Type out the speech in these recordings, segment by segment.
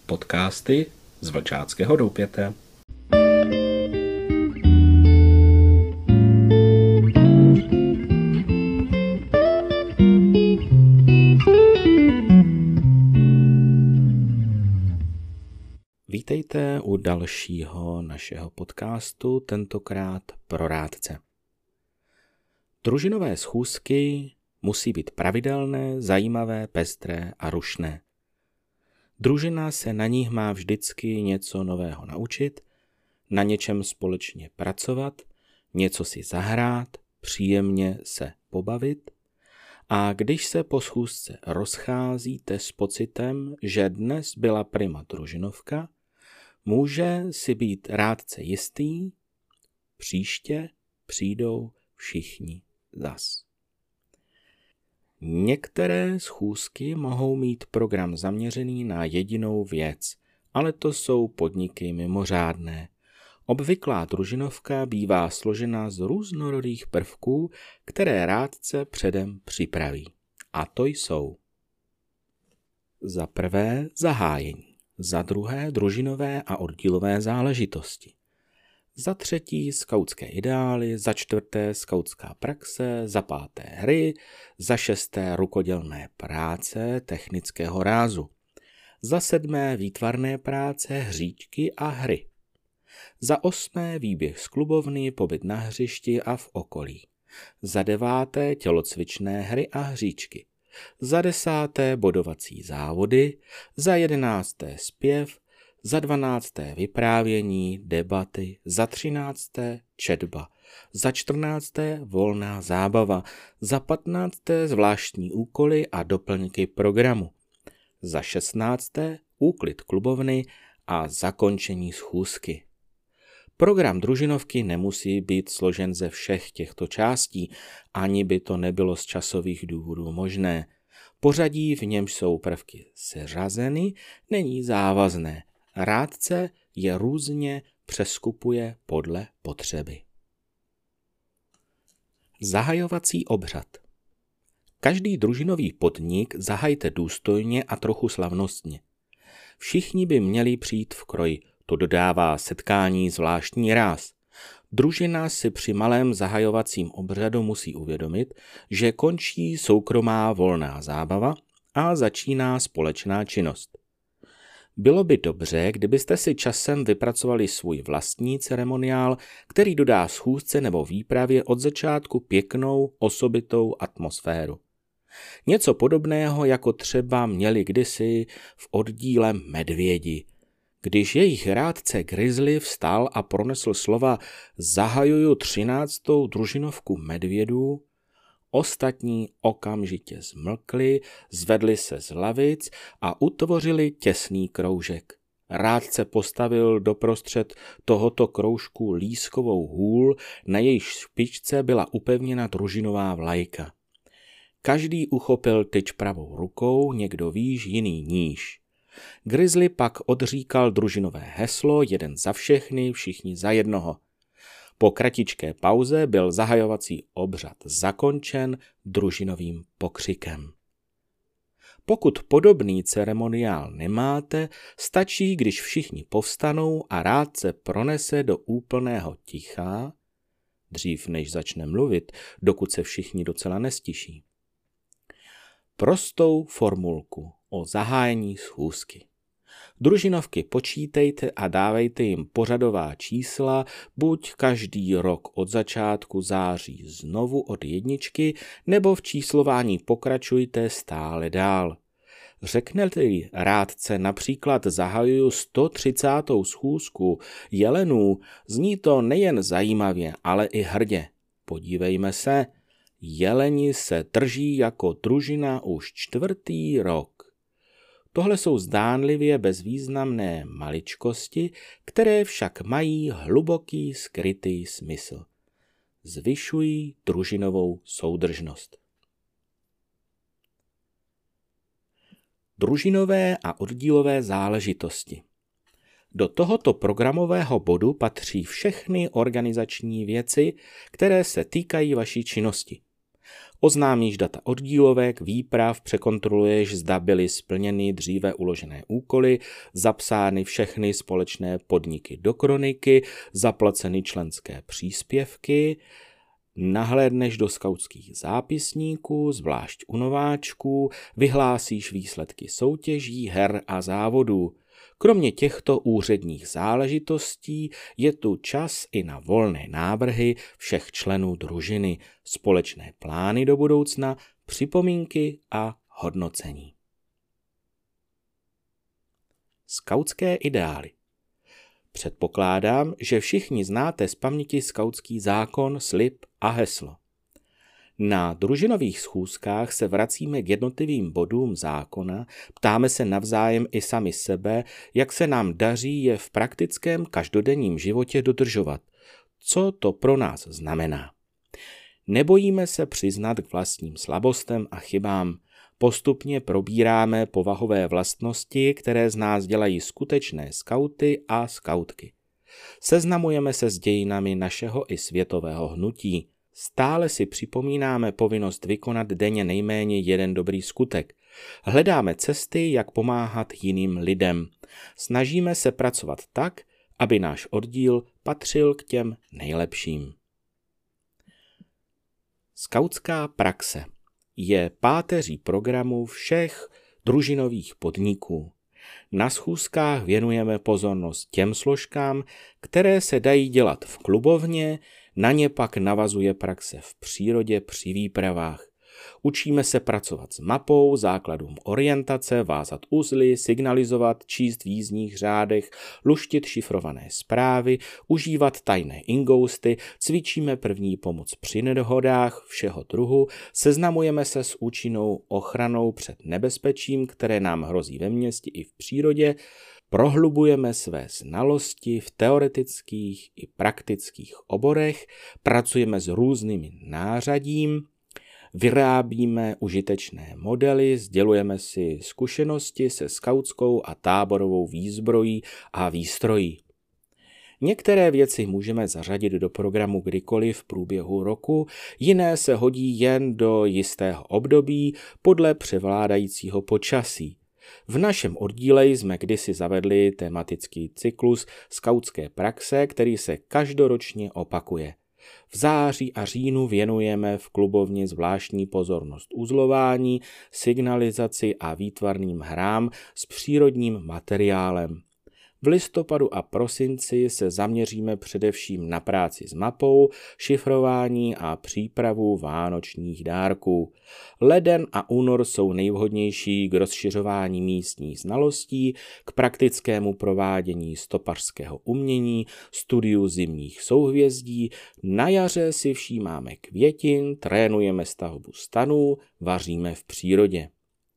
Podcasty z Vlčáckého doupěte. Vítejte u dalšího našeho podcastu, tentokrát pro rádce. Družinové schůzky musí být pravidelné, zajímavé, pestré a rušné. Družina se na nich má vždycky něco nového naučit, na něčem společně pracovat, něco si zahrát, příjemně se pobavit a když se po schůzce rozcházíte s pocitem, že dnes byla prima družinovka, může si být rádce jistý, příště přijdou všichni zas. Některé schůzky mohou mít program zaměřený na jedinou věc, ale to jsou podniky mimořádné. Obvyklá družinovka bývá složena z různorodých prvků, které rádce předem připraví. A to jsou: za prvé zahájení, za druhé družinové a oddílové záležitosti, za třetí skautské ideály, za čtvrté skautská praxe, za páté hry, za šesté rukodělné práce technického rázu, za sedmé výtvarné práce, hříčky a hry, za osmé výběh z klubovny, pobyt na hřišti a v okolí, za deváté tělocvičné hry a hříčky, za desáté bodovací závody, za jedenácté zpěv, za 12. vyprávění, debaty, za 13. četba, za 14. volná zábava, za 15. zvláštní úkoly a doplňky programu, za 16. úklid klubovny a zakončení schůzky. Program družinovky nemusí být složen ze všech těchto částí, ani by to nebylo z časových důvodů možné. Pořadí, v němž jsou prvky seřazeny, není závazné. Rádce je různě přeskupuje podle potřeby. Zahajovací obřad. Každý družinový podnik zahajte důstojně a trochu slavnostně. Všichni by měli přijít v kroji, to dodává setkání zvláštní ráz. Družina si při malém zahajovacím obřadu musí uvědomit, že končí soukromá volná zábava a začíná společná činnost. Bylo by dobře, kdybyste si časem vypracovali svůj vlastní ceremoniál, který dodá schůzce nebo výpravě od začátku pěknou, osobitou atmosféru. Něco podobného, jako třeba měli kdysi v oddíle Medvědi. Když jejich rádce Grizzly vstal a pronesl slova "Zahajuju 13. družinovku medvědů", ostatní okamžitě zmlkli, zvedli se z lavic a utvořili těsný kroužek. Rádce postavil doprostřed tohoto kroužku lískovou hůl, na jejíž špičce byla upevněna družinová vlajka. Každý uchopil tyč pravou rukou, někdo výš, jiný níž. Grizzly pak odříkal družinové heslo, jeden za všechny, všichni za jednoho. Po kratičké pauze byl zahajovací obřad zakončen družinovým pokřikem. Pokud podobný ceremoniál nemáte, stačí, když všichni povstanou a rádce pronese do úplného ticha, dřív než začne mluvit, dokud se všichni docela nestiší, prostou formulku o zahájení schůzky. Družinovky počítejte a dávejte jim pořadová čísla buď každý rok od začátku září znovu od jedničky, nebo v číslování pokračujte stále dál. Řeknete-li rádce například zahajuju 130. schůzku jelenů, zní to nejen zajímavě, ale i hrdě. Podívejme se, jeleni se drží jako družina už 4. rok. Tohle jsou zdánlivě bezvýznamné maličkosti, které však mají hluboký skrytý smysl. Zvyšují družinovou soudržnost. Družinové a oddílové záležitosti. Do tohoto programového bodu patří všechny organizační věci, které se týkají vaší činnosti. Oznámíš data oddílovek, výprav, překontroluješ, zda byly splněny dříve uložené úkoly, zapsány všechny společné podniky do kroniky, zaplaceny členské příspěvky, nahlédneš do skautských zápisníků, zvlášť u nováčků, vyhlásíš výsledky soutěží, her a závodů. Kromě těchto úředních záležitostí je tu čas i na volné návrhy všech členů družiny, společné plány do budoucna, připomínky a hodnocení. Skautské ideály. Předpokládám, že všichni znáte z paměti skautský zákon, slib a heslo. Na družinových schůzkách se vracíme k jednotlivým bodům zákona, ptáme se navzájem i sami sebe, jak se nám daří je v praktickém každodenním životě dodržovat. Co to pro nás znamená? Nebojíme se přiznat k vlastním slabostem a chybám. Postupně probíráme povahové vlastnosti, které z nás dělají skutečné skauty a skautky. Seznamujeme se s dějinami našeho i světového hnutí. Stále si připomínáme povinnost vykonat denně nejméně jeden dobrý skutek. Hledáme cesty, jak pomáhat jiným lidem. Snažíme se pracovat tak, aby náš oddíl patřil k těm nejlepším. Skautská praxe je páteří programu všech družinových podniků. Na schůzkách věnujeme pozornost těm složkám, které se dají dělat v klubovně, na ně pak navazuje praxe v přírodě při výpravách. Učíme se pracovat s mapou, základům orientace, vázat uzly, signalizovat, číst v jízdních řádech, luštit šifrované zprávy, užívat tajné ingousty, cvičíme první pomoc při nehodách všeho druhu, seznamujeme se s účinnou ochranou před nebezpečím, které nám hrozí ve městě i v přírodě, prohlubujeme své znalosti v teoretických i praktických oborech, pracujeme s různými nářadím, vyrábíme užitečné modely, sdělujeme si zkušenosti se skautskou a táborovou výzbrojí a výstrojí. Některé věci můžeme zařadit do programu kdykoliv v průběhu roku, jiné se hodí jen do jistého období podle převládajícího počasí. V našem oddíle jsme kdysi zavedli tematický cyklus skautské praxe, který se každoročně opakuje. V září a říjnu věnujeme v klubovně zvláštní pozornost uzlování, signalizaci a výtvarným hrám s přírodním materiálem. V listopadu a prosinci se zaměříme především na práci s mapou, šifrování a přípravu vánočních dárků. Leden a únor jsou nejvhodnější k rozšiřování místních znalostí, k praktickému provádění stopařského umění, studiu zimních souhvězdí. Na jaře si všímáme květin, trénujeme stavbu stanů, vaříme v přírodě.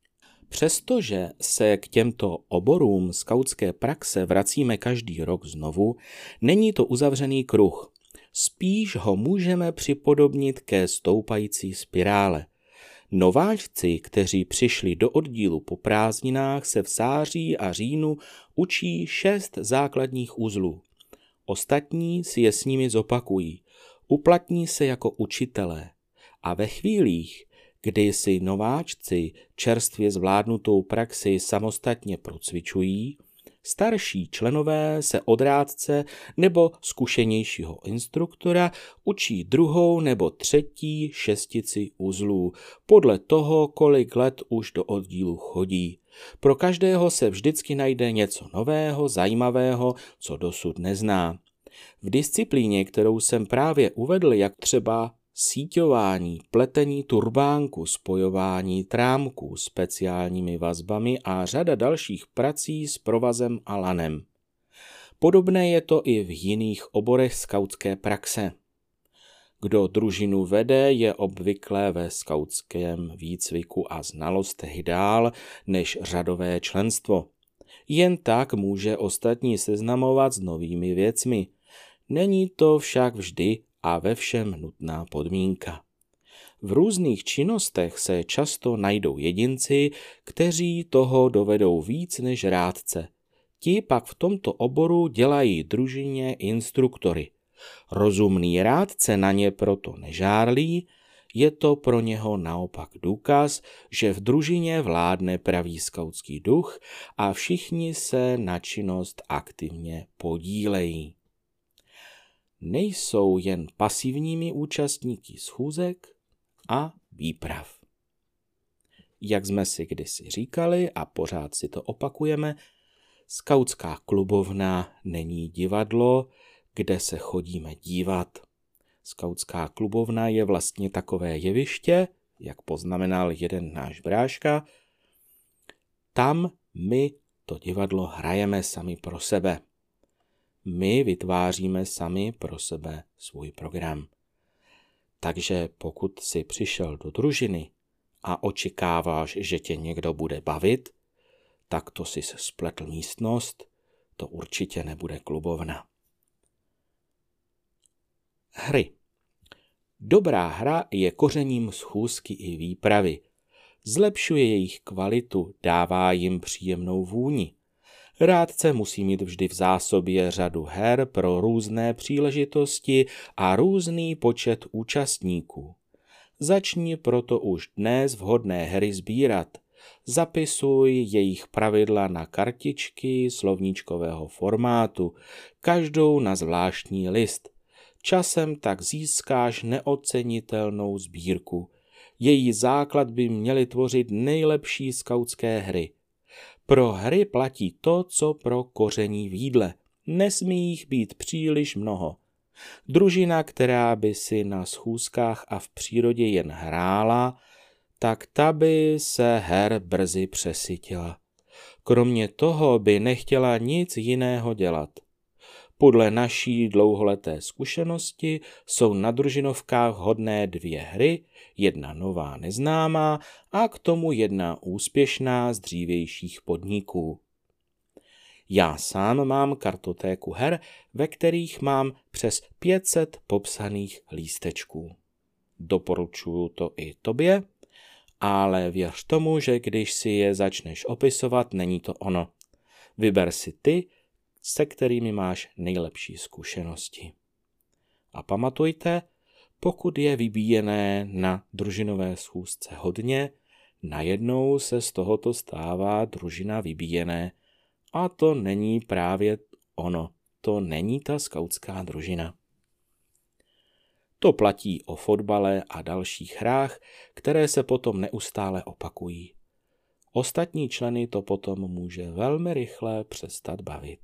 Přestože se k těmto oborům skautské praxe vracíme každý rok znovu, není to uzavřený kruh. Spíš ho můžeme připodobnit ke stoupající spirále. Nováčci, kteří přišli do oddílu po prázdninách, se v září a říjnu učí 6 základních uzlů. Ostatní si je s nimi zopakují, uplatní se jako učitelé a ve chvílích, kdy si nováčci čerstvě zvládnutou praxi samostatně procvičují, starší členové se od rádce nebo zkušenějšího instruktora učí 2. nebo 3. šestici uzlů, podle toho, kolik let už do oddílu chodí. Pro každého se vždycky najde něco nového, zajímavého, co dosud nezná. V disciplíně, kterou jsem právě uvedl, jak třeba síťování, pletení turbánku, spojování trámků speciálními vazbami a řada dalších prací s provazem a lanem. Podobné je to i v jiných oborech skautské praxe. Kdo družinu vede, je obvykle ve skautském výcviku a znalostech dál než řadové členstvo. Jen tak může ostatní seznamovat s novými věcmi. Není to však vždy a ve všem nutná podmínka. V různých činnostech se často najdou jedinci, kteří toho dovedou víc než rádce. Ti pak v tomto oboru dělají družině instruktory. Rozumný rádce na ně proto nežárlí, Je to pro něho naopak důkaz, že v družině vládne pravý skautský duch a všichni se na činnost aktivně podílejí. Nejsou jen pasivními účastníky schůzek a výprav. Jak jsme si kdysi říkali a pořád si to opakujeme, skautská klubovna není divadlo, kde se chodíme dívat. Skautská klubovna je vlastně takové jeviště, jak poznamenal jeden náš bráška. Tam my to divadlo hrajeme sami pro sebe. My vytváříme sami pro sebe svůj program. Takže pokud jsi přišel do družiny a očekáváš, že tě někdo bude bavit, tak to si spletl místnost, to určitě nebude klubovna. Hry. Dobrá hra je kořením schůzky i výpravy. Zlepšuje jejich kvalitu, dává jim příjemnou vůni. Rádce musí mít vždy v zásobě řadu her pro různé příležitosti a různý počet účastníků. Začni proto už dnes vhodné hry sbírat. Zapisuj jejich pravidla na kartičky slovníčkového formátu, každou na zvláštní list. Časem tak získáš neocenitelnou sbírku. Její základ by měly tvořit nejlepší skautské hry. Pro hry platí to, co pro koření v jídle. Nesmí jich být příliš mnoho. Družina, která by si na schůzkách a v přírodě jen hrála, tak ta by se her brzy přesytila. Kromě toho by nechtěla nic jiného dělat. Podle naší dlouholeté zkušenosti jsou na družinovkách hodné 2 hry, jedna nová neznámá a k tomu jedna úspěšná z dřívějších podniků. Já sám mám kartotéku her, ve kterých mám přes 500 popsaných lístečků. Doporučuju to i tobě, ale věř tomu, že když si je začneš opisovat, není to ono. Vyber si ty, se kterými máš nejlepší zkušenosti. A pamatujte, pokud je vybíjené na družinové schůzce hodně, najednou se z tohoto stává družina vybíjené. A to není právě ono, to není ta skautská družina. To platí o fotbale a dalších hrách, které se potom neustále opakují. Ostatní členy to potom může velmi rychle přestat bavit.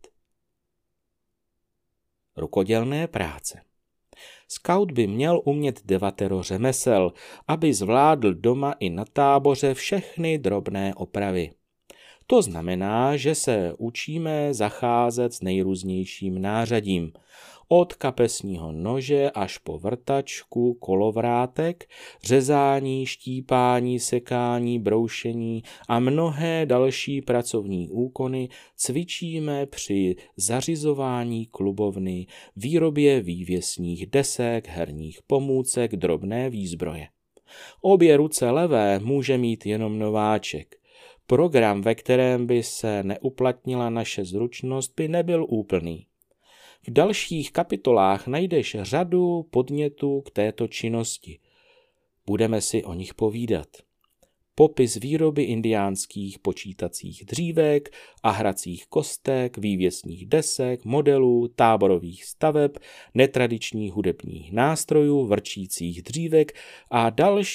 Rukodělné práce. Skaut by měl umět 9 řemesel, aby zvládl doma i na táboře všechny drobné opravy. To znamená, že se učíme zacházet s nejrůznějším nářadím. Od kapesního nože až po vrtačku, kolovrátek, řezání, štípání, sekání, broušení a mnohé další pracovní úkony cvičíme při zařizování klubovny, výrobě vývěsních desek, herních pomůcek, drobné výzbroje. Obě ruce levé může mít jenom nováček. Program, ve kterém by se neuplatnila naše zručnost, by nebyl úplný. V dalších kapitolách najdeš řadu podnětů k této činnosti. Budeme si o nich povídat. Popis výroby indiánských počítacích dřívek a hracích kostek, vývěsních desek, modelů, táborových staveb, netradičních hudebních nástrojů, vrčících dřívek a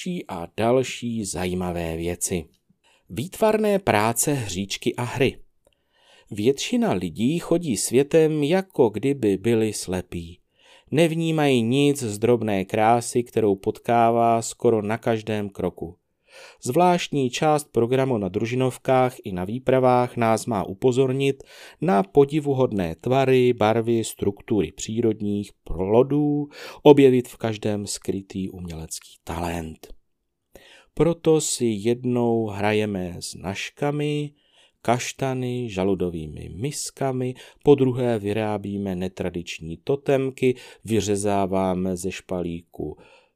další zajímavé věci. Výtvarné práce, hříčky a hry. Většina lidí chodí světem, jako kdyby byli slepí. Nevnímají nic z drobné krásy, kterou potkává skoro na každém kroku. Zvláštní část programu na družinovkách i na výpravách nás má upozornit na podivuhodné tvary, barvy, struktury přírodních plodů, objevit v každém skrytý umělecký talent. Proto si jednou hrajeme s nažkami, kaštany, žaludovými miskami, podruhé vyrábíme netradiční totemky, vyřezáváme ze špalíku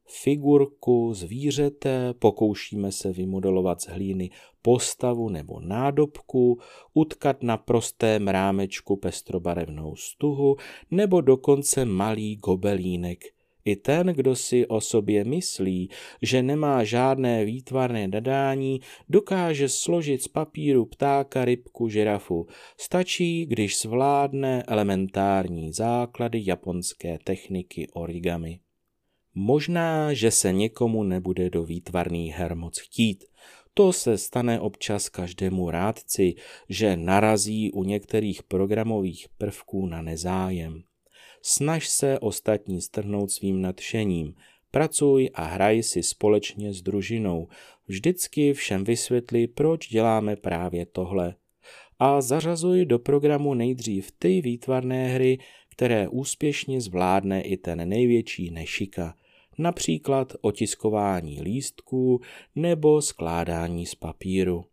figurku zvířete, pokoušíme se vymodelovat z hlíny postavu nebo nádobku, utkat na prostém rámečku pestrobarevnou stuhu nebo dokonce malý gobelínek. I ten, kdo si o sobě myslí, že nemá žádné výtvarné nadání, dokáže složit z papíru ptáka, rybku, žirafu. Stačí, když zvládne elementární základy japonské techniky origami. Možná, že se někomu nebude do výtvarných her moc chtít. To se stane občas každému rádci, že narazí u některých programových prvků na nezájem. Snaž se ostatní strhnout svým nadšením. Pracuj a hraj si společně s družinou. Vždycky všem vysvětli, proč děláme právě tohle. A zařazuj do programu nejdřív ty výtvarné hry, které úspěšně zvládne i ten největší nešika. Například otiskování lístků nebo skládání z papíru.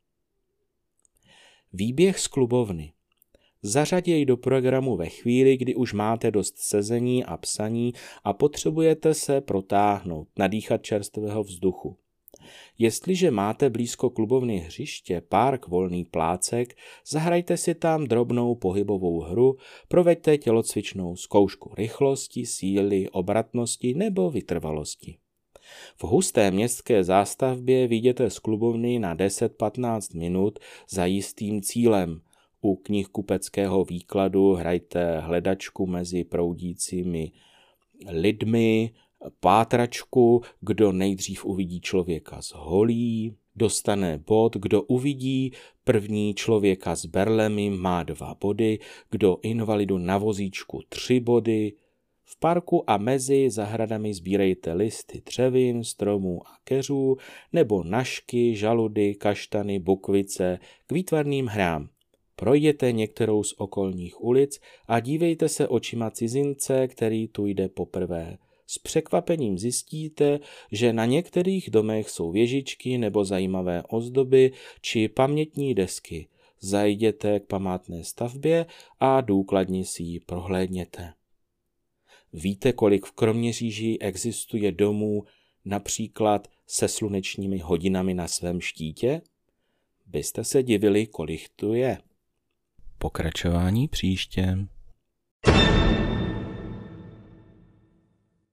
Výběh z klubovny. Zařaděj do programu ve chvíli, kdy už máte dost sezení a psaní a potřebujete se protáhnout, nadýchat čerstvého vzduchu. Jestliže máte blízko klubovny hřiště, park, volný plácek, zahrajte si tam drobnou pohybovou hru, proveďte tělocvičnou zkoušku rychlosti, síly, obratnosti nebo vytrvalosti. V husté městské zástavbě vyjděte z klubovny na 10-15 minut za jistým cílem. U knihkupeckého výkladu hrajte hledačku mezi proudícími lidmi, pátračku, kdo nejdřív uvidí člověka s holí, dostane bod, kdo uvidí první člověka s berlemi, má 2 body, kdo invalidu na vozíčku 3 body. V parku a mezi zahradami sbírejte listy dřevin, stromů a keřů nebo nažky, žaludy, kaštany, bukvice k výtvarným hrám. Projděte některou z okolních ulic a dívejte se očima cizince, který tu jde poprvé. S překvapením zjistíte, že na některých domech jsou věžičky nebo zajímavé ozdoby či pamětní desky. Zajděte k památné stavbě a důkladně si ji prohlédněte. Víte, kolik v Kroměříži existuje domů například se slunečními hodinami na svém štítě? Byste se divili, kolik tu je. Pokračování příště.